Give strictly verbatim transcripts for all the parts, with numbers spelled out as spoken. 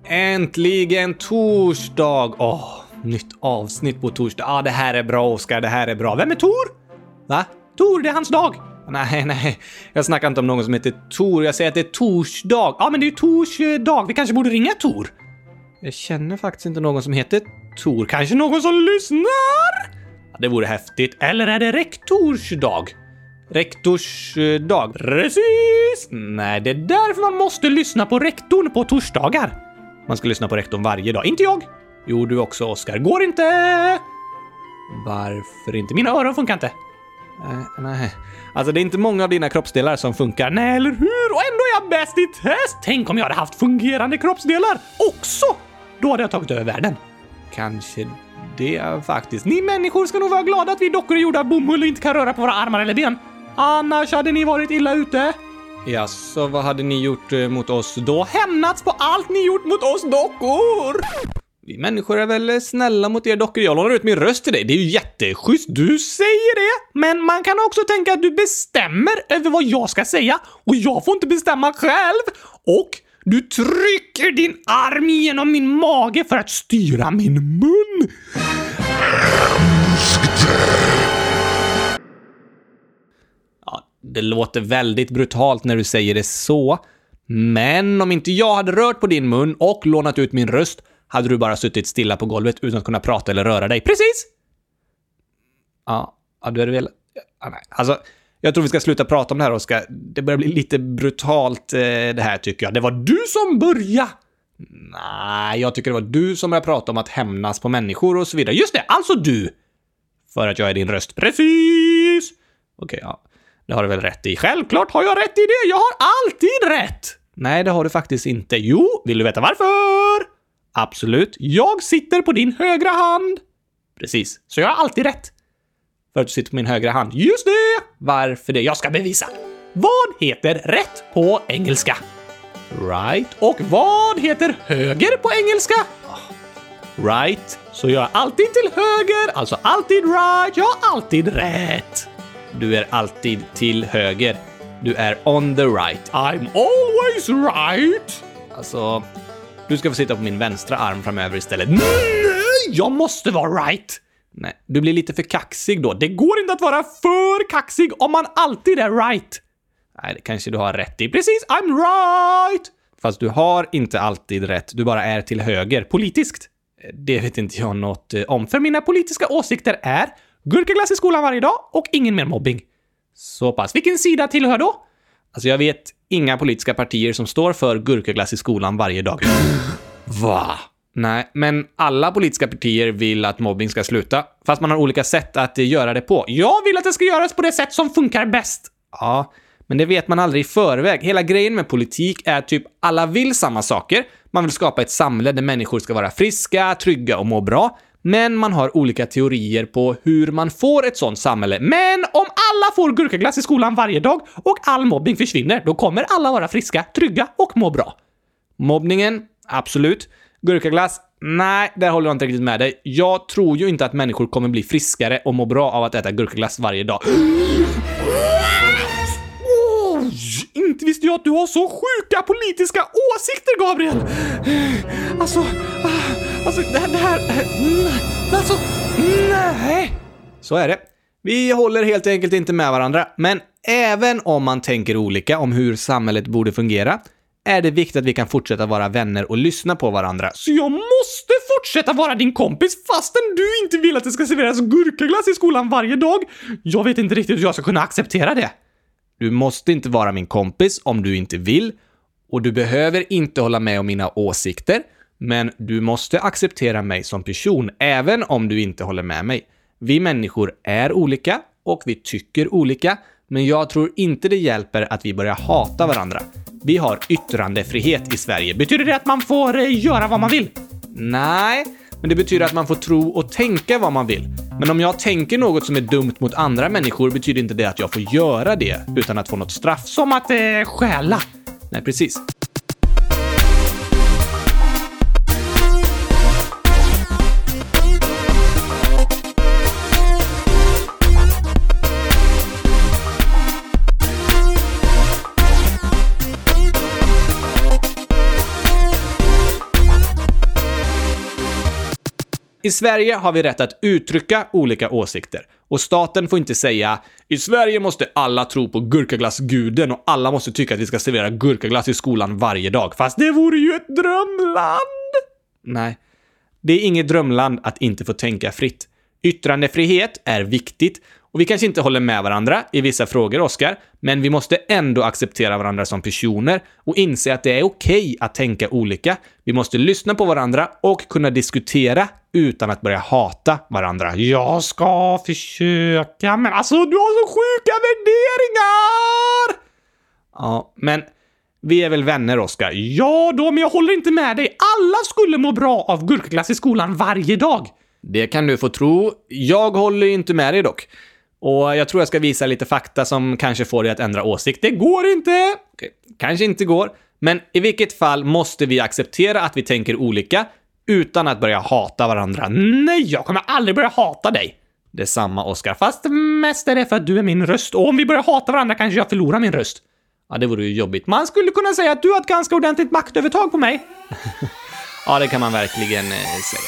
Äntligen torsdag. Åh, oh, nytt avsnitt på torsdag. Ja, ah, det här är bra, Oskar. Det här är bra. Vem är Tor? Va? Tor, det är hans dag. Nej, nej. Jag snackar inte om någon som heter Tor. Jag säger att det är torsdag. Ja, ah, men det är ju torsdag. Vi kanske borde ringa Tor. Jag känner faktiskt inte någon som heter Tor. Kanske någon som lyssnar? Ja, det vore häftigt. Eller är det rektorsdag? Rektorsdag. Precis! Nej, det är därför man måste lyssna på rektorn på torsdagar. Man ska lyssna på rektorn varje dag. Inte jag. Jo, du också, Oskar. Går inte! Varför inte? Mina öron funkar inte. Äh, nej. Alltså, det är inte många av dina kroppsdelar som funkar. Nej, eller hur? Och ändå är jag bäst i test. Tänk om jag hade haft fungerande kroppsdelar också. Då hade jag tagit över världen. Kanske det faktiskt. Ni människor ska nog vara glada att vi dockor är gjorda av bomull och inte kan röra på våra armar eller ben. Annars hade ni varit illa ute. Ja, så vad hade ni gjort eh, mot oss då? Hämnats på allt ni gjort mot oss dockor! Vi människor är väl snälla mot er dockor. Jag lånar ut min röst till dig. Det är ju jätteschysst. Du säger det. Men man kan också tänka att du bestämmer över vad jag ska säga. Och jag får inte bestämma själv. Och du trycker din arm genom min mage för att styra min mun. Ja, det låter väldigt brutalt när du säger det så. Men om inte jag hade rört på din mun och lånat ut min röst hade du bara suttit stilla på golvet utan att kunna prata eller röra dig. Precis! Ja, ja du är väl... Ja, nej. Alltså, jag tror vi ska sluta prata om det här, Oskar. Det börjar bli lite brutalt eh, det här, tycker jag. Det var du som började! Nej, jag tycker det var du som började prata om att hämnas på människor och så vidare. Just det, alltså du! För att jag är din röst. Precis! Okej, ja. Det har du väl rätt i. Självklart har jag rätt i det. Jag har alltid rätt! Nej, det har du faktiskt inte. Jo, vill du veta varför? Absolut. Jag sitter på din högra hand. Precis. Så jag har alltid rätt. För att du sitter på min högra hand. Just det! Varför det? Jag ska bevisa. Vad heter rätt på engelska? Right. Och vad heter höger på engelska? Right. Så jag är alltid till höger. Alltså alltid right. Jag har alltid rätt. Du är alltid till höger. Du är on the right. I'm always right. Alltså... Du ska få sitta på min vänstra arm framöver istället. Nej, jag måste vara right. Nej, du blir lite för kaxig då. Det går inte att vara för kaxig om man alltid är right. Nej, det kanske du har rätt i. Precis, I'm right. Fast du har inte alltid rätt. Du bara är till höger, politiskt. Det vet inte jag något om. För mina politiska åsikter är gurkaglass i skolan varje dag och ingen mer mobbing. Så pass. Vilken sida tillhör då? Alltså jag vet inga politiska partier som står för gurkaglass i skolan varje dag. Va? Nej, men alla politiska partier vill att mobbing ska sluta. Fast man har olika sätt att göra det på. Jag vill att det ska göras på det sätt som funkar bäst. Ja, men det vet man aldrig i förväg. Hela grejen med politik är typ alla vill samma saker. Man vill skapa ett samhälle där människor ska vara friska, trygga och må bra. Men man har olika teorier på hur man får ett sånt samhälle. Men om alla får gurkaglass i skolan varje dag och all mobbing försvinner, då kommer alla vara friska, trygga och må bra. Mobbningen, absolut. Gurkaglass, nej, där håller jag inte riktigt med dig. Jag tror ju inte att människor kommer bli friskare och må bra av att äta gurkaglass varje dag. Oh, inte visste jag att du har så sjuka politiska åsikter, Gabriel. Alltså... Alltså, det här, det här, alltså, nej. Så är det. Vi håller helt enkelt inte med varandra. Men även om man tänker olika om hur samhället borde fungera, är det viktigt att vi kan fortsätta vara vänner och lyssna på varandra. Så jag måste fortsätta vara din kompis fastän du inte vill att det ska serveras gurkaglass i skolan varje dag. Jag vet inte riktigt hur jag ska kunna acceptera det. Du måste inte vara min kompis om du inte vill. Och du behöver inte hålla med om mina åsikter. Men du måste acceptera mig som person även om du inte håller med mig. Vi människor är olika och vi tycker olika, men jag tror inte det hjälper att vi börjar hata varandra. Vi har yttrandefrihet i Sverige. Betyder det att man får eh, göra vad man vill? Nej, men det betyder att man får tro och tänka vad man vill. Men om jag tänker något som är dumt mot andra människor betyder inte det att jag får göra det utan att få något straff. Som att eh, stjäla. Nej, precis. I Sverige har vi rätt att uttrycka olika åsikter. Och staten får inte säga i Sverige måste alla tro på gurkaglassguden och alla måste tycka att vi ska servera gurkaglass i skolan varje dag. Fast det vore ju ett drömland! Nej, det är inget drömland att inte få tänka fritt. Yttrandefrihet är viktigt och vi kanske inte håller med varandra i vissa frågor, Oscar, men vi måste ändå acceptera varandra som personer och inse att det är okej att tänka olika. Vi måste lyssna på varandra och kunna diskutera utan att börja hata varandra. Jag ska försöka, men alltså du har så sjuka värderingar! Ja, men vi är väl vänner, Oscar? Ja då, men jag håller inte med dig. Alla skulle må bra av gurkaglass i skolan varje dag. Det kan du få tro. Jag håller inte med dig dock. Och jag tror jag ska visa lite fakta som kanske får dig att ändra åsikt. Det går inte! Okej, kanske inte går. Men i vilket fall måste vi acceptera att vi tänker olika utan att börja hata varandra. Nej, jag kommer aldrig börja hata dig. Det är samma, Oscar. Fast mest är det för att du är min röst. Och om vi börjar hata varandra kanske jag förlorar min röst. Ja, det vore ju jobbigt. Man skulle kunna säga att du har ett ganska ordentligt maktövertag på mig. Ja, det kan man verkligen eh, säga.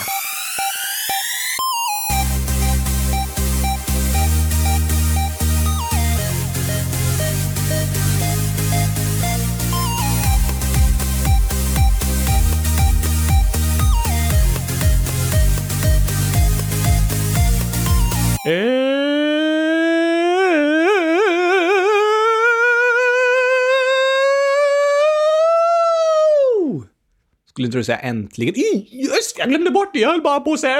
Skulle inte du säga äntligen? Just, jag glömde bort det. Jag höll bara på att säga.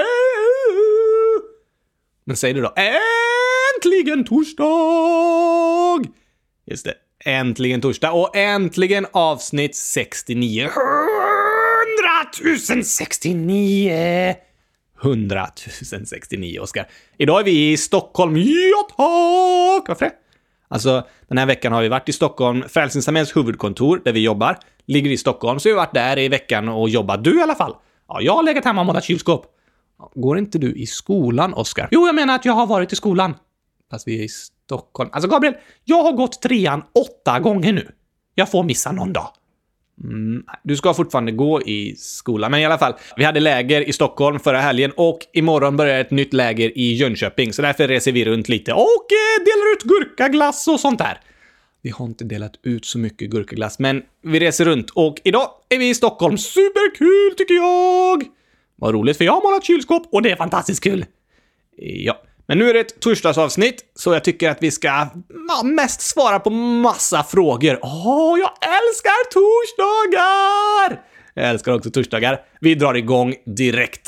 Men säg det då. Äntligen torsdag! Just det. Äntligen torsdag. Och äntligen avsnitt sextionio. Hundratusen sextionio! Hundratusen sextionio, Oscar. Idag är vi i Stockholm. Ja, tack! Varför det? Alltså, den här veckan har vi varit i Stockholm. Frälsningsarméns huvudkontor, där vi jobbar, ligger i Stockholm. Så vi har varit där i veckan och jobbat. Du i alla fall. Ja, jag har legat hemma och målat kylskåp. Går inte du i skolan, Oscar? Jo, jag menar att jag har varit i skolan. Fast vi är i Stockholm. Alltså, Gabriel, jag har gått trean åtta gånger nu. Jag får missa någon dag. Mm, du ska fortfarande gå i skolan. Men i alla fall, vi hade läger i Stockholm förra helgen och imorgon börjar ett nytt läger i Jönköping. Så därför reser vi runt lite och eh, delar ut gurkaglass och sånt där. Vi har inte delat ut så mycket gurkaglass, men vi reser runt och idag är vi i Stockholm. Superkul tycker jag! Vad roligt, för jag har målat kylskåp och det är fantastiskt kul. Ja, men nu är det ett torsdagsavsnitt så jag tycker att vi ska ja, mest svara på massa frågor. Åh, jag älskar torsdagar! Jag älskar också torsdagar. Vi drar igång direkt.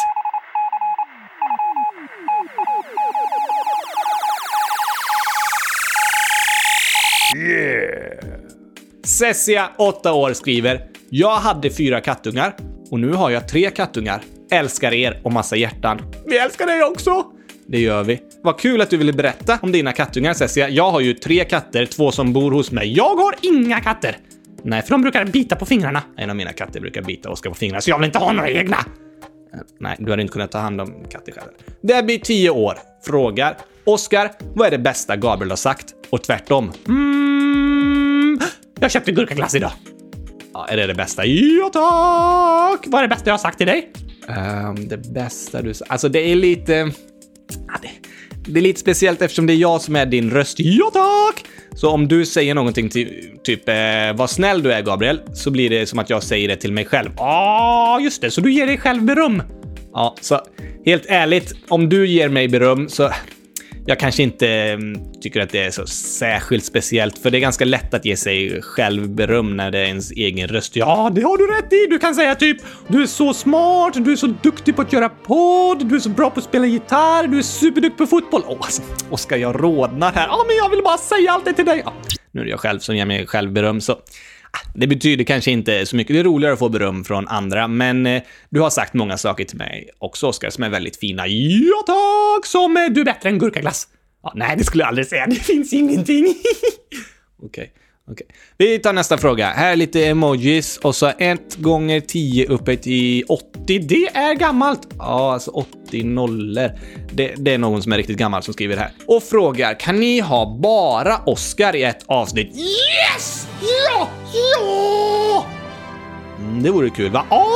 Yeah! Cessia, åtta år, skriver: jag hade fyra kattungar och nu har jag tre kattungar. Älskar er och massa hjärtan. Vi älskar dig också! Det gör vi. Vad kul att du ville berätta om dina kattungar, Cessia. Jag har ju tre katter, två som bor hos mig. Jag har inga katter! Nej, för de brukar bita på fingrarna. En av mina katter brukar bita Oscar på fingrarna, så jag vill inte ha några egna. Nej, du hade inte kunnat ta hand om katter själv. Det blir tio år. Frågar: Oscar, vad är det bästa Gabriel har sagt? Och tvärtom. Mm, jag köpte gurkaglass idag. Ja, är det det bästa? Ja, tack! Vad är det bästa jag har sagt till dig? Um, det bästa du... Alltså, det är lite... Ja, det, det är lite speciellt eftersom det är jag som är din röst. Ja, tack! Så om du säger någonting till typ eh, vad snäll du är, Gabriel, så blir det som att jag säger det till mig själv. Ja, ah, just det. Så du ger dig själv beröm. Ja, så helt ärligt, om du ger mig beröm så... Jag kanske inte mm, tycker att det är så särskilt speciellt, för det är ganska lätt att ge sig själv beröm när det är ens egen röst. Ja, det har du rätt i. Du kan säga typ, du är så smart, du är så duktig på att göra podd, du är så bra på att spela gitarr, du är superduktig på fotboll. Åh, oh, alltså, Oskar, jag rodnar här. Ja, men jag vill bara säga allt det till dig. Ja, nu är det jag själv som ger mig själv beröm, så... Det betyder kanske inte så mycket. Det är roligare att få beröm från andra. Men eh, du har sagt många saker till mig också, Oskar, som är väldigt fina. Ja tack! Som eh, du är bättre än gurkaglass. Ja, nej, det skulle jag aldrig säga. Det finns ingenting. Okej, okej. Vi tar nästa fråga. Här är lite emojis. Och så ett gånger tio uppåt i åttio. Det är gammalt. Ja, alltså åttio nollor. Det, det är någon som är riktigt gammal som skriver här. Och frågar, kan ni ha bara Oscar i ett avsnitt? Yes! Ja! Ja! Mm, det vore kul, va? Ja!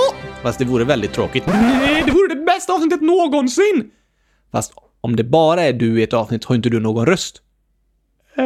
Fast det vore väldigt tråkigt. Nej, det vore det bästa avsnittet någonsin! Fast om det bara är du i ett avsnitt har inte du någon röst. Eh...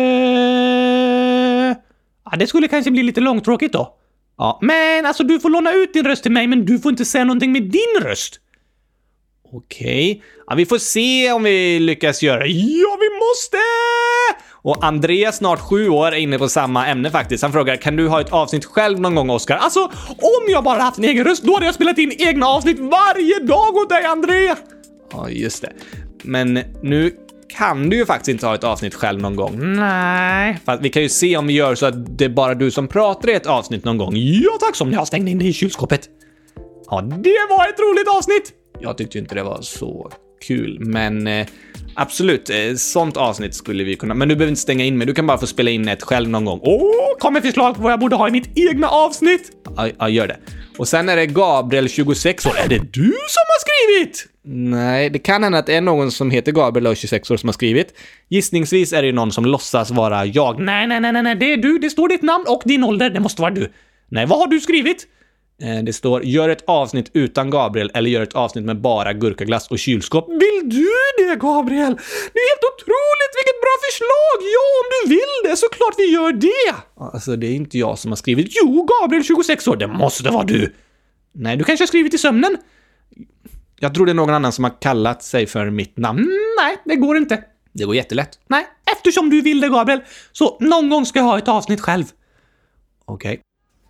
Ja, det skulle kanske bli lite långtråkigt då. Ja, men alltså du får låna ut din röst till mig, men du får inte säga någonting med din röst. Okej. Okay. Ja, vi får se om vi lyckas göra. Ja, vi måste! Och Andreas, snart sju år, är inne på samma ämne faktiskt. Han frågar, kan du ha ett avsnitt själv någon gång, Oskar? Alltså, om jag bara haft en egen röst, då hade jag spelat in egna avsnitt varje dag åt dig, André! Ja, just det. Men nu kan du ju faktiskt inte ha ett avsnitt själv någon gång. Nej. Fast vi kan ju se om vi gör så att det är bara du som pratar i ett avsnitt någon gång. Ja, tack, som ni har stängt in det i kylskåpet. Ja, det var ett roligt avsnitt! Jag tyckte inte det var så kul, men eh, absolut, eh, sånt avsnitt skulle vi kunna. Men du behöver inte stänga in mig, du kan bara få spela in ett själv någon gång. Åh, kom med förslag på vad jag borde ha i mitt egna avsnitt! Ja, ja, gör det. Och sen är det Gabriel, tjugosex år. Är det du som har skrivit? Nej, det kan hända att det är någon som heter Gabriel och tjugosex år som har skrivit. Gissningsvis är det någon som låtsas vara jag. Nej, nej, nej, nej, det är du. Det står ditt namn och din ålder. Det måste vara du. Nej, vad har du skrivit? Det står, gör ett avsnitt utan Gabriel eller gör ett avsnitt med bara gurkaglass och kylskåp. Vill du det, Gabriel? Det är helt otroligt, vilket bra förslag! Ja, om du vill det, så klart vi gör det! Alltså, det är inte jag som har skrivit. Jo, Gabriel, tjugosex år, det måste vara du! Nej, du kanske har skrivit i sömnen? Jag tror det är någon annan som har kallat sig för mitt namn. Nej, det går inte. Det går jättelätt. Nej, eftersom du vill det, Gabriel, så någon gång ska jag ha ett avsnitt själv. Okej. Okay.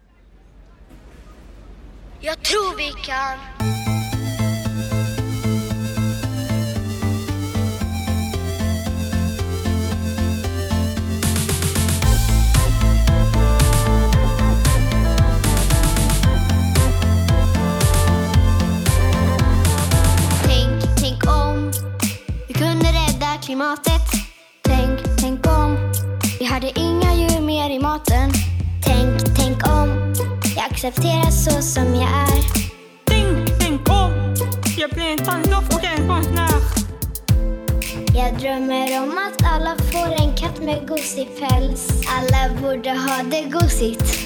Jag tror vi kan. Tänk, tänk om vi kunde rädda klimatet. Tänk, tänk om vi hade inga djur mer i maten. Tänk, tänk om jag accepterar så som jag är. Tänk, tänk om jag blir en tandlopp och en konstnär. Jag drömmer om att alla får en katt med gosig päls. Alla borde ha det gosigt.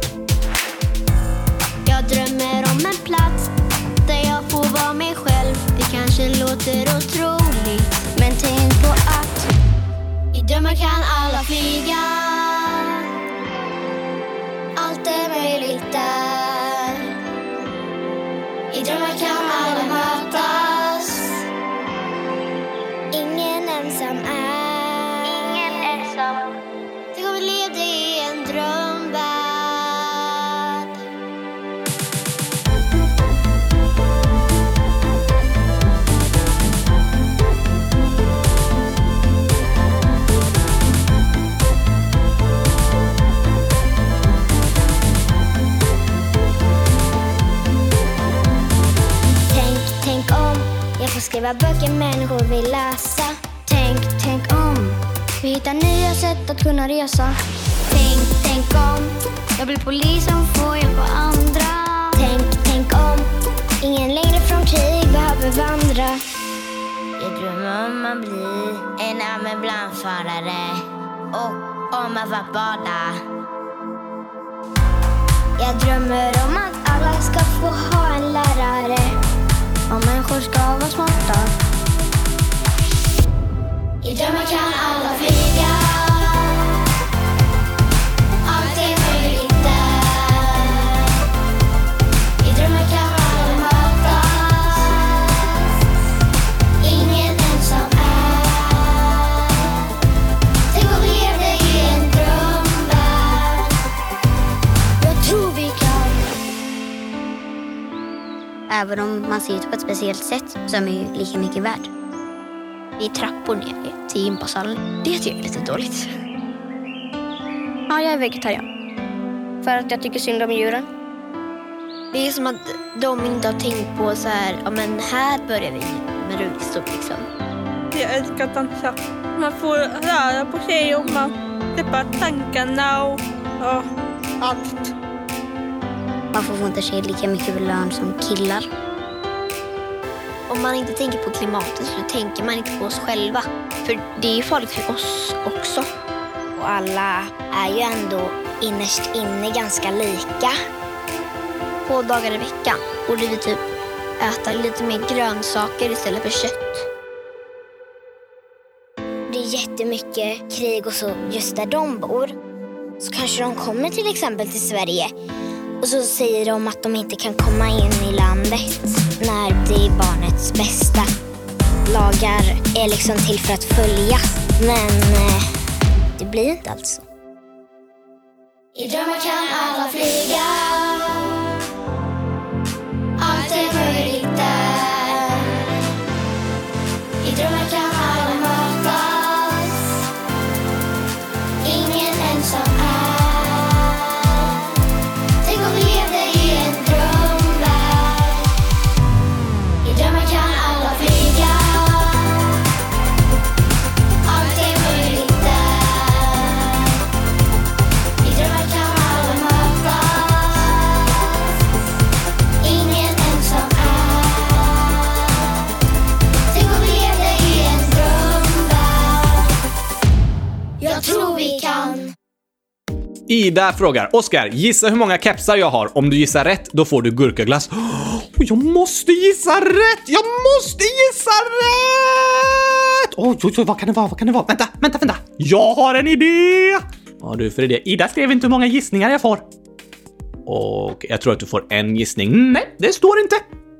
Jag drömmer om en plats där jag får vara mig själv. Det kanske låter otroligt, men tänk på att i drömmar kan alla flyga. Allt är möjligt där. I drömmar kan alla mötas. Ingen ensam är. Ingen ensam. Tänk om vi levde i en drömvärld. Jag får skriva böcker människor vill läsa. Tänk, tänk om vi hittar nya sätt att kunna resa. Tänk, tänk om jag blir polis som får hjälpa andra. Tänk, tänk om ingen längre från krig behöver vandra. Jag drömmer om att bli en ambulansförare och om att vara bada. Jag drömmer om att alla ska få ha en lärare. Och människor ska vara smarta. I drömmar kan alla flyga. Allt är möjligt där. I drömmar kan alla mötas. Ingen ensam är. Tänk om vi levde i en drömvärld. Jag tror vi kan. Även om man ser ut på ett speciellt sätt så är man ju lika mycket värd. Det är trappor ner till gympasalen. Det tycker jag är lite dåligt. Ja, jag är vegetarian. För att jag tycker synd om djuren. Det är som att de inte har tänkt på så här, ja men här börjar vi med rullstol liksom. Jag älskar att dansa. Man får röra på sig och man släpper tankarna och ja, allt. Man får inte sig lika mycket lön som killar. Om man inte tänker på klimatet så tänker man inte på oss själva. För det är ju farligt för oss också. Och alla är ju ändå innerst inne ganska lika. två dagar i veckan borde vi typ äta lite mer grönsaker istället för kött. Det är jättemycket krig och så just där de bor. Så kanske de kommer till exempel till Sverige. Och så säger de att de inte kan komma in i landet när det är barnets bästa. Lagar är liksom till för att följa. Men eh, det blir inte alls så. I drömmar kan alla flyga. Allt är möjligt där. I drömmar kan alla mötas. Ingen ensam är. Tänk om vi levde i en drömvärld. I drömmar kan alla flyga. Allt är möjligt där. I drömmar kan alla mötas. Ingen ensam är. Tänk om vi levde i en drömvärld. Jag tror vi kan. Ida frågar, Oskar, gissa hur många kepsar jag har. Om du gissar rätt, då får du gurkaglass. Oh, jag måste gissa rätt! Jag måste gissa rätt! Oj, oj, oj, vad kan det vara? Vad kan det vara? Vänta, vänta, vänta. Jag har en idé! Vad har du för idé? Ida skrev inte hur många gissningar jag får. Och jag tror att du får en gissning. Nej, det står inte.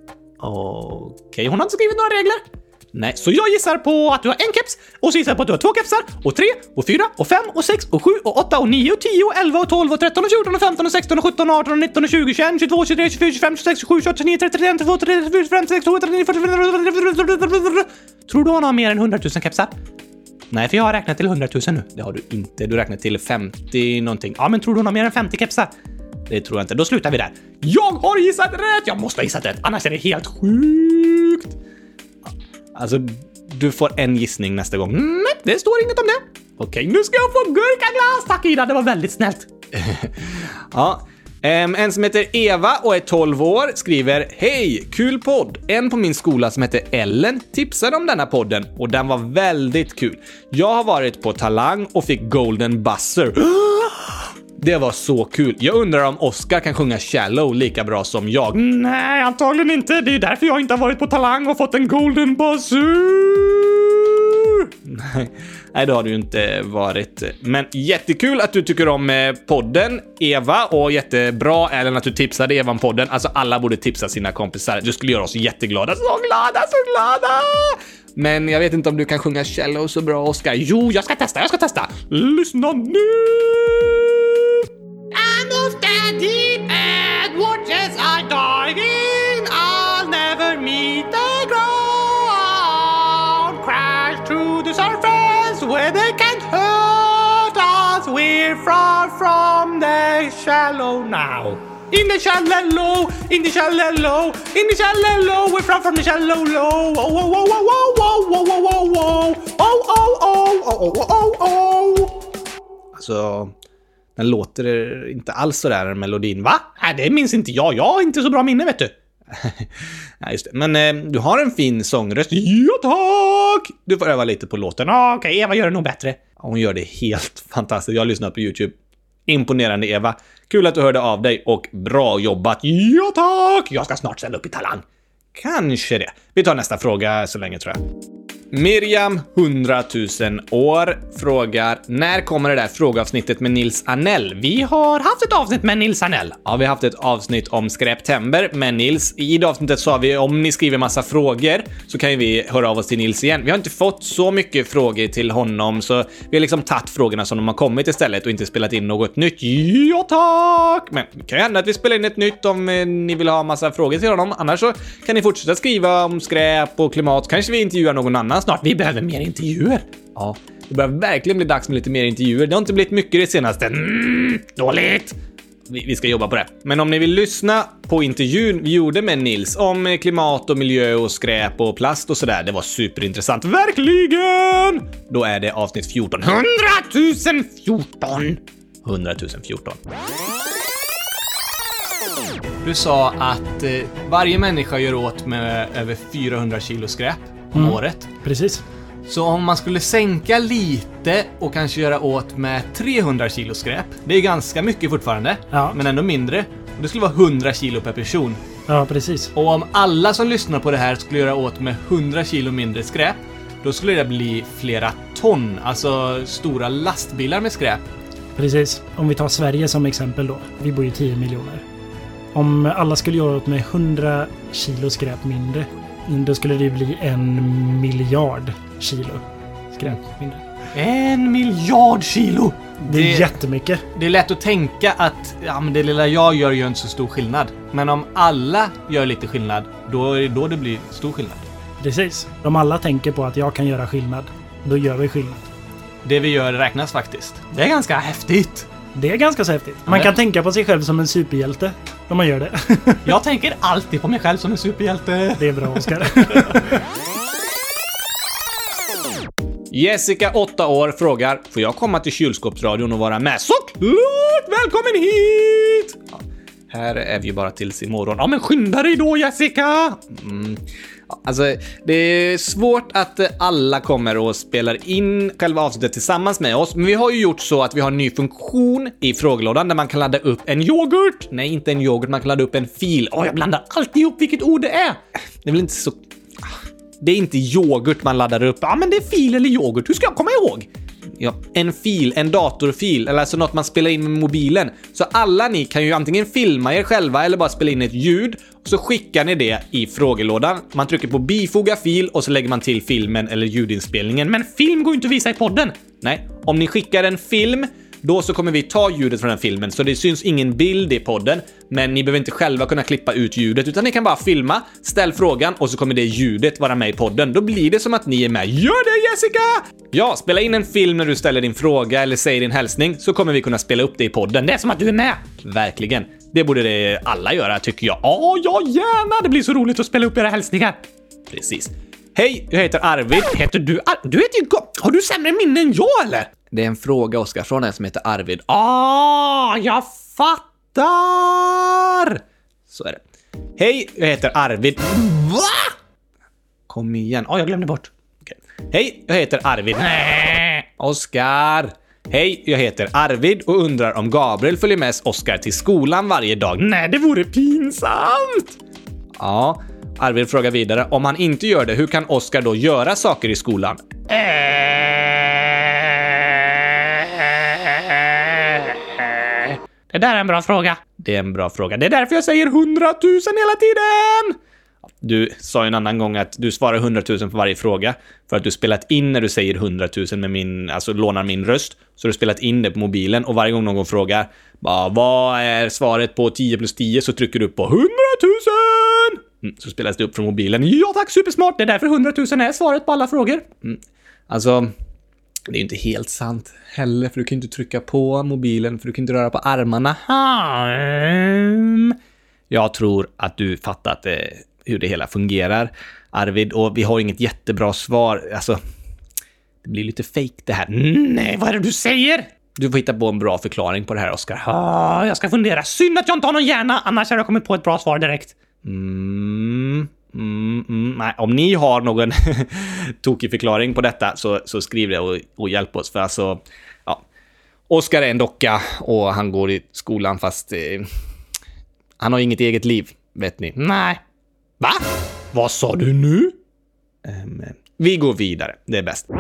Okej, okay, hon har inte skrivit några regler. Nej, så jag gissar på att du har en keps och så gissar jag på att du har två kepsar och tre och fyra och fem och sex och sju och åtta och nio och tio och elva och tolv och tretton och fjorton och femton och sexton och sjutton och arton och nitton och tjugo, tjugoett, tjugotvå, tjugotre, tjugofyra, tjugofem, tjugosex, tjugosju, tjugoåtta, tjugonio, trettio, trettioett, trettiotvå, trettiotre, trettiofyra, trettiofem, trettiosju, trettionio, fyrtio. Tror du hon har mer än hundratusen kepsar? Nej, för jag har räknat till hundratusen nu. Det har du inte. Du räknar till femtio någonting. Ja, men tror du hon har mer än femtio kepsar? Det tror jag inte. Då slutar vi där. Jag har gissat rätt! Jag måste ha gissat rätt. Annars är det helt sjukt. Alltså, du får en gissning nästa gång. Nej, det står inget om det. Okej, nu ska jag få gurkaglass. Tack Ida, det var väldigt snällt. Ja, um, en som heter Eva och är tolv år skriver: Hej, kul podd. En på min skola som heter Ellen tipsade om denna podden och den var väldigt kul. Jag har varit på Talang och fick Golden Buzzer. Det var så kul. Jag undrar om Oskar kan sjunga Shallow lika bra som jag. Nej, antagligen inte. Det är därför jag inte har varit på Talang och fått en Golden Buzzer. Nej, nej, det har du ju inte varit. Men jättekul att du tycker om podden, Eva. Och jättebra, eller att du tipsade Eva om podden. Alltså alla borde tipsa sina kompisar. Du skulle göra oss jätteglada. Så glada, så glada. Men jag vet inte om du kan sjunga Shallow så bra, Oskar. Jo, jag ska testa, jag ska testa. Lyssna nu. I'm off the deep end, watches are diving. I'll never meet the ground. Crash through the surface where they can't hurt us. We're far from the shallow now. In the shallow, in the shallow, in the shallow, we're far from the shallow low. Oh, oh, oh, oh, oh, oh, oh, oh, oh, oh, oh, oh, oh, oh, oh. Alltså, den låter inte alls så där melodin. Va? Nej, det minns inte jag. Jag har inte så bra minne, vet du. Ja, just det. Men eh, du har en fin sångröst. Ja, tack! Du får öva lite på låten. Ah, okej, okay, Eva gör det nog bättre. Hon gör det helt fantastiskt. Jag har lyssnat på YouTube. Imponerande, Eva. Kul att du hörde av dig och bra jobbat. Ja, tack! Jag ska snart ställa upp i Talang. Kanske det. Vi tar nästa fråga så länge, tror jag. Miriam, hundratusen år, frågar: när kommer det där frågeavsnittet med Nils Anell? Vi har haft ett avsnitt med Nils Anell. Ja, vi har haft ett avsnitt om skräptember med Nils. I det avsnittet sa vi, om ni skriver massa frågor så kan ju vi höra av oss till Nils igen. Vi har inte fått så mycket frågor till honom, så vi har liksom tagit frågorna som de har kommit istället och inte spelat in något nytt. Ja, tack! Men det kan ju hända att vi spelar in ett nytt om eh, ni vill ha massa frågor till honom. Annars så kan ni fortsätta skriva om skräp och klimat. Kanske vi intervjuar någon annan snart. Vi behöver mer intervjuer. Ja, det börjar verkligen bli dags med lite mer intervjuer. Det har inte blivit mycket det senaste. Mm, dåligt. Vi, vi ska jobba på det. Men om ni vill lyssna på intervjun vi gjorde med Nils om klimat och miljö och skräp och plast och sådär. Det var superintressant. Verkligen! Då är det avsnitt fjorton. hundratusen fjorton. hundratusen fjorton. Du sa att eh, varje människa gör åt med över fyrahundra kilo skräp om mm. året. Precis. Så om man skulle sänka lite och kanske göra åt med trehundra kilo skräp, det är ganska mycket fortfarande, ja. Men ändå mindre. Det skulle vara hundra kilo per person. Ja, precis. Och om alla som lyssnar på det här skulle göra åt med hundra kilo mindre skräp, då skulle det bli flera ton, alltså stora lastbilar med skräp. Precis. Om vi tar Sverige som exempel då. Vi bor ju tio miljoner. Om alla skulle göra åt med hundra kilo skräp mindre, då skulle det bli en miljard kilo skräp mindre. En miljard kilo! Det är det, jättemycket. Det är lätt att tänka att ja, men det lilla jag gör ju inte så stor skillnad. Men om alla gör lite skillnad, då är det då det blir stor skillnad. Precis. Om alla tänker på att jag kan göra skillnad, då gör vi skillnad. Det vi gör räknas faktiskt. Det är ganska häftigt. Det är ganska så häftigt. Man kan tänka på sig själv som en superhjälte om man gör det. Jag tänker alltid på mig själv som en superhjälte. Det är bra, Oskar. Jessica, åtta år, frågar: får jag komma till kylskåpsradion och vara med? Såklart! Välkommen hit! Ja, här är vi ju bara tills imorgon. Ja, men skynda dig då, Jessica! Mm. Ja, alltså, det är svårt att alla kommer och spelar in själva avsnittet tillsammans med oss. Men vi har ju gjort så att vi har en ny funktion i frågelådan där man kan ladda upp en yoghurt. Nej, inte en yoghurt, man kan ladda upp en fil. Åh, jag blandar alltid ihop vilket ord det är. Det är väl inte så... Det är inte yoghurt man laddar upp. Ja, men det är fil eller yoghurt. Hur ska jag komma ihåg? Ja, en fil, en datorfil, eller alltså något man spelar in med mobilen. Så alla ni kan ju antingen filma er själva eller bara spela in ett ljud. Och så skickar ni det i frågelådan. Man trycker på bifoga fil och så lägger man till filmen eller ljudinspelningen. Men film går ju inte att visa i podden. Nej, om ni skickar en film, då så kommer vi ta ljudet från den filmen. Så det syns ingen bild i podden. Men ni behöver inte själva kunna klippa ut ljudet, utan ni kan bara filma, ställ frågan och så kommer det ljudet vara med i podden. Då blir det som att ni är med. Gör det, Jessica! Ja, spela in en film när du ställer din fråga eller säger din hälsning, så kommer vi kunna spela upp det i podden. Det är som att du är med. Verkligen. Det borde det alla göra, tycker jag. Ja, ja, gärna. Det blir så roligt att spela upp era hälsningar. Precis. Hej, jag heter Arvid. Heter du Ar- Du heter ju... Har du sämre minne än jag, eller? Det är en fråga, Oskar, från en som heter Arvid. Ah, jag fattar! Så är det. Hej, jag heter Arvid. Va? Kom igen. Åh, oh, jag glömde bort. Okay. Hej, jag heter Arvid. Nej. Oskar. Hej, jag heter Arvid och undrar om Gabriel följer med Oskar till skolan varje dag. Nej, det vore pinsamt. Ja, Arvid frågar vidare. Om han inte gör det, hur kan Oskar då göra saker i skolan? Det där är en bra fråga. Det är en bra fråga. Det är därför jag säger hundratusen hela tiden. Du sa en annan gång att du svarar hundratusen på varje fråga för att du spelat in när du säger hundratusen med min, alltså lånar min röst. Så du har spelat in det på mobilen och varje gång någon frågar bara, vad är svaret på tio plus tio, så trycker du på hundratusen. Mm, så spelas det upp från mobilen. Ja tack, supersmart. Det är därför hundratusen är svaret på alla frågor. Mm. Alltså, det är ju inte helt sant heller, för du kan inte trycka på mobilen, för du kan inte röra på armarna. Hmm. Jag tror att du fattat eh, hur det hela fungerar, Arvid, och vi har inget jättebra svar. Alltså, det blir lite fake det här. Nej, vad är det du säger? Du får hitta på en bra förklaring på det här, Oskar. Ah, jag ska fundera. Synd att jag inte har någon hjärna, annars hade jag kommit på ett bra svar direkt. Mm... Mm, mm, nej, om ni har någon tokig förklaring på detta, så, så skriv det och, och hjälp oss. För alltså, ja, Oskar är en docka och han går i skolan, fast eh, han har inget eget liv, vet ni. Nej. Va? Vad sa du nu? Um, vi går vidare, det är bäst.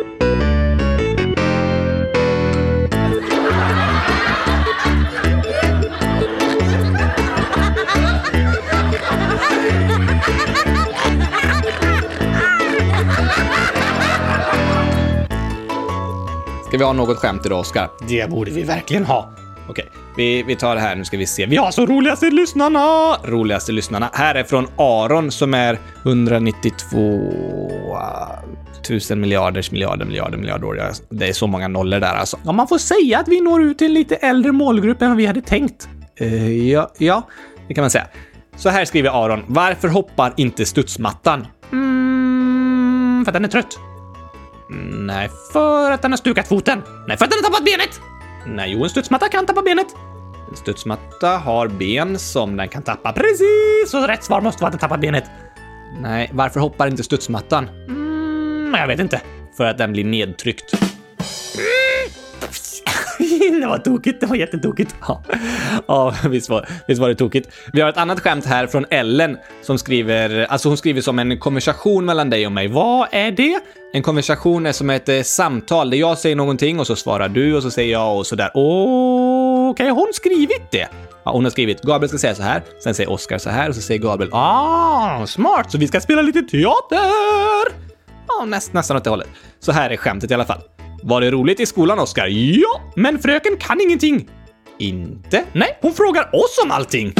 Ska vi ha något skämt idag, Oskar? Det borde vi verkligen ha. Okej, vi, vi tar det här. Nu ska vi se. Vi har så roligaste lyssnarna! Roligaste lyssnarna. Här är från Aron som är hundranittiotvå tusen miljarders miljarder, miljarder, miljarder år. Det är så många nollor där alltså. Ja, man får säga att vi når ut till en lite äldre målgrupp än vad vi hade tänkt. Uh, ja, ja, det kan man säga. Så här skriver Aron. Varför hoppar inte studsmattan? Mm, för att den är trött. Nej, för att den har stukat foten. Nej, för att den har tappat benet. Nej, jo, en studsmatta kan tappa benet. En studsmatta har ben som den kan tappa. Precis, så rätt svar måste vara att den tappar benet. Nej, varför hoppar inte studsmattan? Mm, jag vet inte. För att den blir nedtryckt. Det var tokigt, det var jättetokigt. Ja, ja visst, var, visst var det tokigt. Vi har ett annat skämt här från Ellen som skriver, alltså hon skriver som en konversation mellan dig och mig. Vad är det? En konversation är som ett eh, samtal där jag säger någonting och så svarar du och så säger jag och sådär. Åh, okej, har hon skrivit det? Ja, hon har skrivit, Gabriel ska säga så här, sen säger Oscar så här och så säger Gabriel, ah, smart, så vi ska spela lite teater. Ja, näst, nästan åt det hållet. Så här är skämtet i alla fall. Var det roligt i skolan, Oscar? Ja, men fröken kan ingenting. Inte? Nej, hon frågar oss om allting.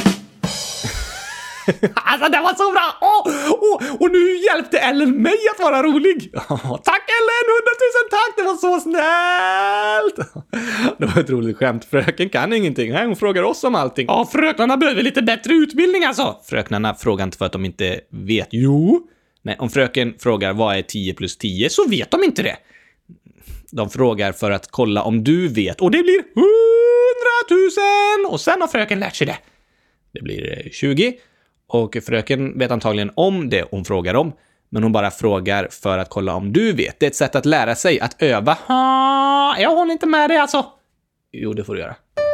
Alltså, det var så bra! Oh, oh, och nu hjälpte Ellen mig att vara rolig. Oh, tack Ellen, hundratusen tack, det var så snällt. Det var ett roligt skämt. Fröken kan ingenting. Nej, hon frågar oss om allting. Ja, oh, fröknarna behöver lite bättre utbildning alltså. Fröknarna frågar inte för att de inte vet. Jo. Nej, om fröken frågar vad är tio plus tio så vet de inte det. De frågar för att kolla om du vet. Och det blir hundratusen. Och sen har fröken lärt sig det. Det blir tjugo. Och fröken vet antagligen om det hon frågar om. Men hon bara frågar för att kolla om du vet. Det är ett sätt att lära sig, att öva. Ha, jag håller inte med dig alltså. Jo, det får du göra.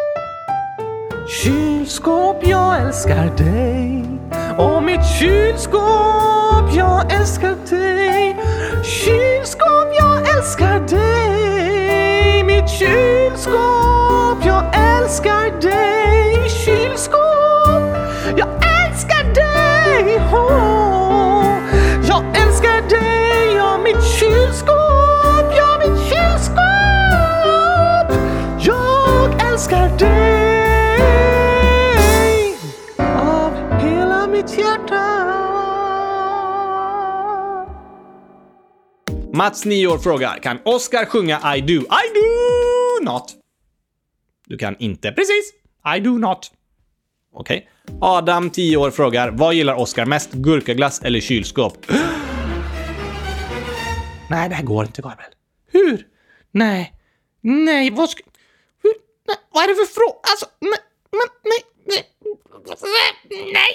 Kylskåp, jag älskar dig. Och mitt kylskåp, jag älskar dig. Kylskåp, jag älskar dig. Mitt kylskåp, jag älskar dig. Kylskåp, jag älskar dig. Oh, jag älskar dig. Ja, mitt kylskåp, ja, mitt kylskåp. Jag älskar dig. Av hela mitt hjärta. Mats, nio år, frågar, kan Oscar sjunga I do? I do not. Du kan inte, precis. I do not. Okej. Okay. Adam, tio år, frågar, vad gillar Oscar mest? Gurkaglass eller kylskåp? Nej, det här går inte, Gabriel. Hur? Nej. Nej, vad ska... Hur? Nej, vad är det för fråga? Alltså, nej, men, nej, nej. Nej.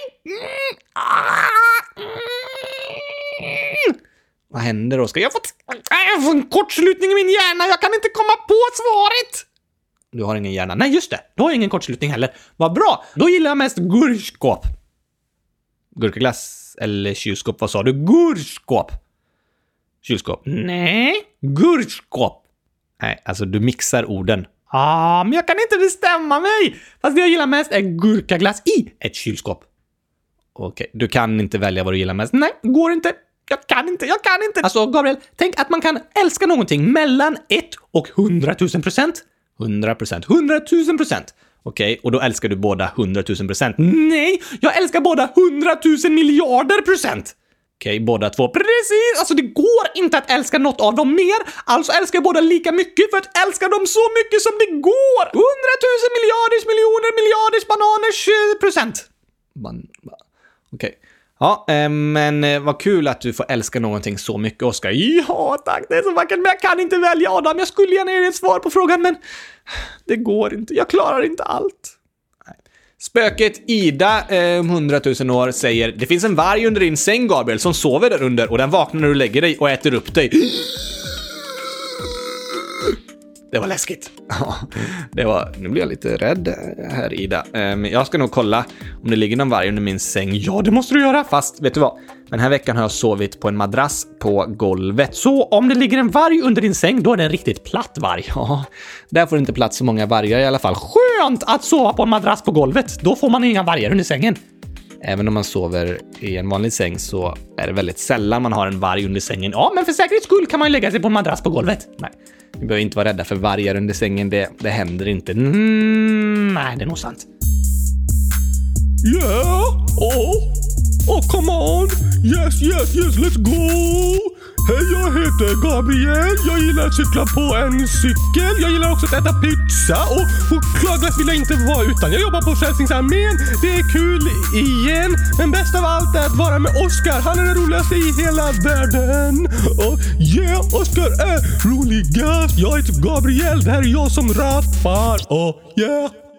Vad händer, Oscar? Jag har fått, jag får en kortslutning i min hjärna. Jag kan inte komma på svaret. Du har ingen hjärna. Nej, just det. Du har ingen kortslutning heller. Vad bra. Då gillar jag mest gurkskåp. Gurkaglass eller kylskåp. Vad sa du? Gurkskåp. Kylskåp. Nej. Gurkskåp. Nej, alltså du mixar orden. Ah, men jag kan inte bestämma mig. Fast det jag gillar mest är gurkaglass i ett kylskåp. Okej, du kan inte välja vad du gillar mest. Nej, går inte. Jag kan inte, jag kan inte. Alltså, Gabriel, tänk att man kan älska någonting mellan ett och hundratusen procent. Hundra procent, hundratusen procent. Okej, okay, och då älskar du båda hundratusen procent. Nej, jag älskar båda hundratusen miljarder procent. Okej, okay, båda två. Precis, alltså det går inte att älska något av dem mer. Alltså älskar jag båda lika mycket för att älska dem så mycket som det går. Hundratusen miljarders miljoner miljarders bananers procent. Okej. Okay. Ja, eh, men eh, vad kul att du får älska någonting så mycket, Oscar. Ja, tack, det är så vackert, men jag kan inte välja, Adam. Jag skulle gärna ge ett svar på frågan, men det går inte. Jag klarar inte allt. Nej. Spöket Ida, eh, hundratusen år, säger, det finns en varg under din säng, Gabriel, som sover där under och den vaknar när du lägger dig och äter upp dig. Det var läskigt. Ja, det var, nu blir jag lite rädd här, Ida. Men jag ska nog kolla om det ligger någon varg under min säng. Ja, det måste du göra. Fast, vet du vad? Den här veckan har jag sovit på en madrass på golvet. Så om det ligger en varg under din säng, då är det en riktigt platt varg. Ja, där får det inte plats så många vargar i alla fall. Skönt att sova på en madrass på golvet. Då får man inga vargar under sängen. Även om man sover i en vanlig säng så är det väldigt sällan man har en varg under sängen. Ja, men för säkerhets skull kan man ju lägga sig på en madrass på golvet. Nej, vi behöver inte vara rädda för vargar under sängen. Det, det händer inte. Mm, nej, det är nog sant. Yeah, oh, oh, come on. Yes, yes, yes, let's go. Hej, jag heter Gabriel. Jag gillar att cykla på en cykel. Jag gillar också att äta pizza. Och chokladglass vill jag inte vara utan. Jag jobbar på Frälsningsarmén. Det är kul igen. Men bäst av allt är att vara med Oscar. Han är den roligaste i hela världen. Och yeah, Oscar är roligast. Jag heter Gabriel. Det här är jag som rappar. Och yeah.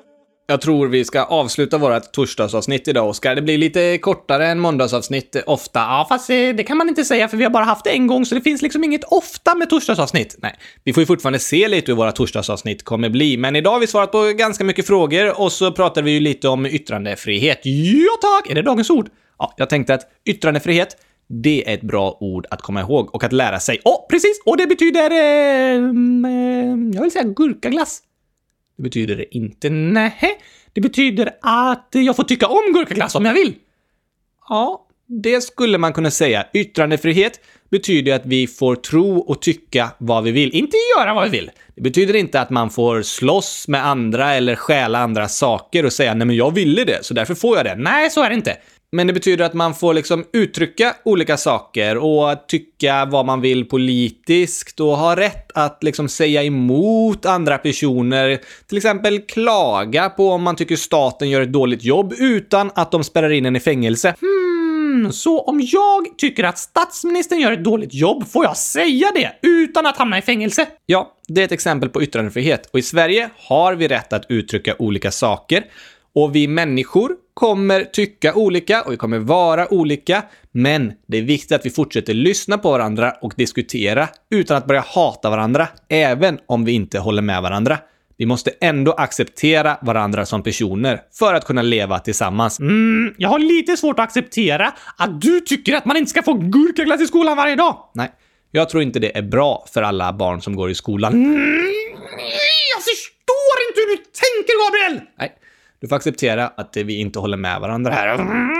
Jag tror vi ska avsluta vårt torsdagsavsnitt idag, Oskar. Det blir lite kortare än måndagsavsnitt ofta. Ja, fast det kan man inte säga för vi har bara haft det en gång så det finns liksom inget ofta med torsdagsavsnitt. Nej, vi får ju fortfarande se lite hur våra torsdagsavsnitt kommer bli. Men idag har vi svarat på ganska mycket frågor och så pratar vi ju lite om yttrandefrihet. Ja tack! Är det dagens ord? Ja, jag tänkte att yttrandefrihet, det är ett bra ord att komma ihåg och att lära sig. Åh, oh, precis! Och det betyder... Eh, jag vill säga gurkaglass. Det betyder det inte. Nej, det betyder att jag får tycka om gurkaglass om jag vill. Ja, det skulle man kunna säga. Yttrandefrihet betyder att vi får tro och tycka vad vi vill. Inte göra vad vi vill. Det betyder inte att man får slåss med andra eller stjäla andra saker och säga nej men jag ville det så därför får jag det. Nej, så är det inte. Men det betyder att man får liksom uttrycka olika saker och tycka vad man vill politiskt och ha rätt att liksom säga emot andra personer. Till exempel klaga på om man tycker staten gör ett dåligt jobb utan att de spärrar in en i fängelse. Hmm, så om jag tycker att statsministern gör ett dåligt jobb får jag säga det utan att hamna i fängelse? Ja, det är ett exempel på yttrandefrihet. Och i Sverige har vi rätt att uttrycka olika saker. Och vi människor kommer tycka olika och vi kommer vara olika. Men det är viktigt att vi fortsätter lyssna på varandra och diskutera utan att börja hata varandra, även om vi inte håller med varandra. Vi måste ändå acceptera varandra som personer för att kunna leva tillsammans. Mm, jag har lite svårt att acceptera att du tycker att man inte ska få gurkaglass i skolan varje dag. Nej, jag tror inte det är bra för alla barn som går i skolan. Mm, jag förstår inte hur du tänker, Gabriel! Nej. Du får acceptera att vi inte håller med varandra här.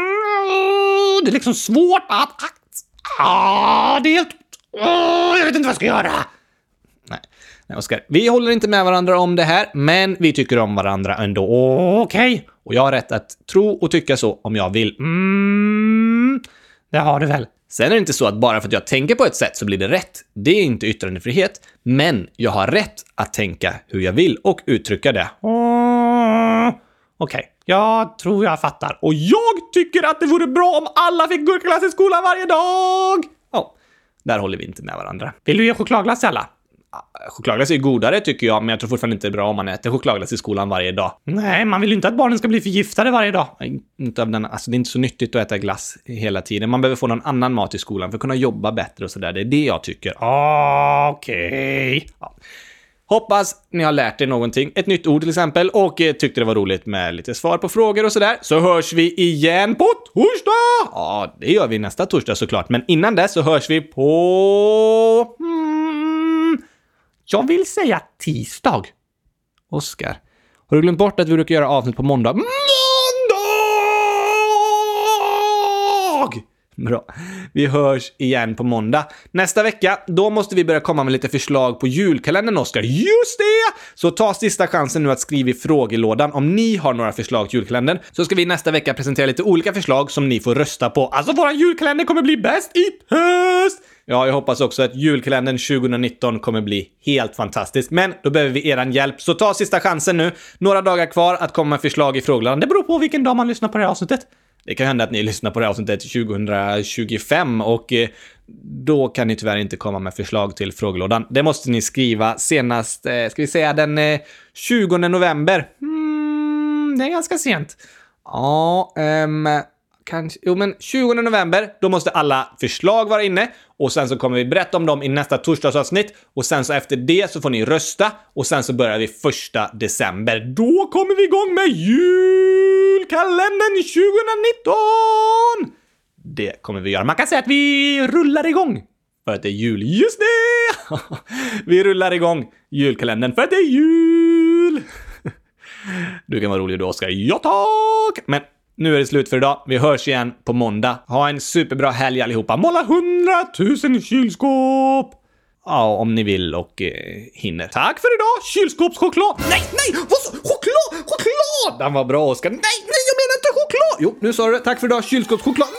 Det är liksom svårt att... Ah, det är helt... Oh, jag vet inte vad jag ska göra. Nej, Nej Oskar. Vi håller inte med varandra om det här, men vi tycker om varandra ändå. Okej. Okay. Och jag har rätt att tro och tycka så om jag vill. Mm, det har du väl. Sen är det inte så att bara för att jag tänker på ett sätt så blir det rätt. Det är inte yttrandefrihet, men jag har rätt att tänka hur jag vill och uttrycka det. Oh. Okej, okay. Jag tror jag fattar. Och jag tycker att det vore bra om alla fick gurkaglass i skolan varje dag. Ja, där håller vi inte med varandra. Vill du ge chokladglass till alla? Chokladglass är godare tycker jag, men jag tror fortfarande inte det är bra om man äter chokladglass i skolan varje dag. Nej, man vill ju inte att barnen ska bli förgiftade varje dag. Inte av den, alltså det är inte så nyttigt att äta glass hela tiden. Man behöver få någon annan mat i skolan för att kunna jobba bättre och sådär. Det är det jag tycker. Okej. Okay. Ja. Hoppas ni har lärt er någonting, ett nytt ord till exempel, och tyckte det var roligt med lite svar på frågor och sådär. Så hörs vi igen på torsdag! Ja, det gör vi nästa torsdag såklart, men innan dess så hörs vi på... Hmm, jag vill säga tisdag. Oskar, har du glömt bort att vi brukar göra avsnitt på måndag? Måndag! Bra. Vi hörs igen på måndag. Nästa vecka, då måste vi börja komma med lite förslag på julkalendern, Oskar. Just det! Så ta sista chansen nu att skriva i frågelådan om ni har några förslag till julkalendern. Så ska vi nästa vecka presentera lite olika förslag som ni får rösta på. Alltså, våran julkalender kommer bli bäst i höst! Ja, jag hoppas också att julkalendern tjugonitton kommer bli helt fantastisk. Men då behöver vi eran hjälp. Så ta sista chansen nu. Några dagar kvar att komma med förslag i frågelådan. Det beror på vilken dag man lyssnar på det här avsnittet. Det kan hända att ni lyssnar på det här avsnittet tjugohundratjugofem och då kan ni tyvärr inte komma med förslag till frågelådan. Det måste ni skriva senast, ska vi säga den tjugonde november. Hmm, det är ganska sent. Ja, um, kanske, jo men tjugonde november, då måste alla förslag vara inne och sen så kommer vi berätta om dem i nästa torsdagsavsnitt och sen så efter det så får ni rösta och sen så börjar vi första december. Då kommer vi igång med julkalendern tjugonitton! Det kommer vi göra. Man kan säga att vi rullar igång för att det är jul. Just det! Vi rullar igång julkalendern för att det är jul! Du kan vara rolig då, Oskar. Ja tack! Men nu är det slut för idag. Vi hörs igen på måndag. Ha en superbra helg allihopa. Måla hundratusen kylskåp! Ja, om ni vill och eh, hinner. Tack för idag, kylskåpschoklad! Nej, nej! Vad så? Choklad! Choklad! Den var bra, Oskar. Nej, nej, jag menar inte choklad! Jo, nu sa du det. Tack för idag, kylskåpschoklad.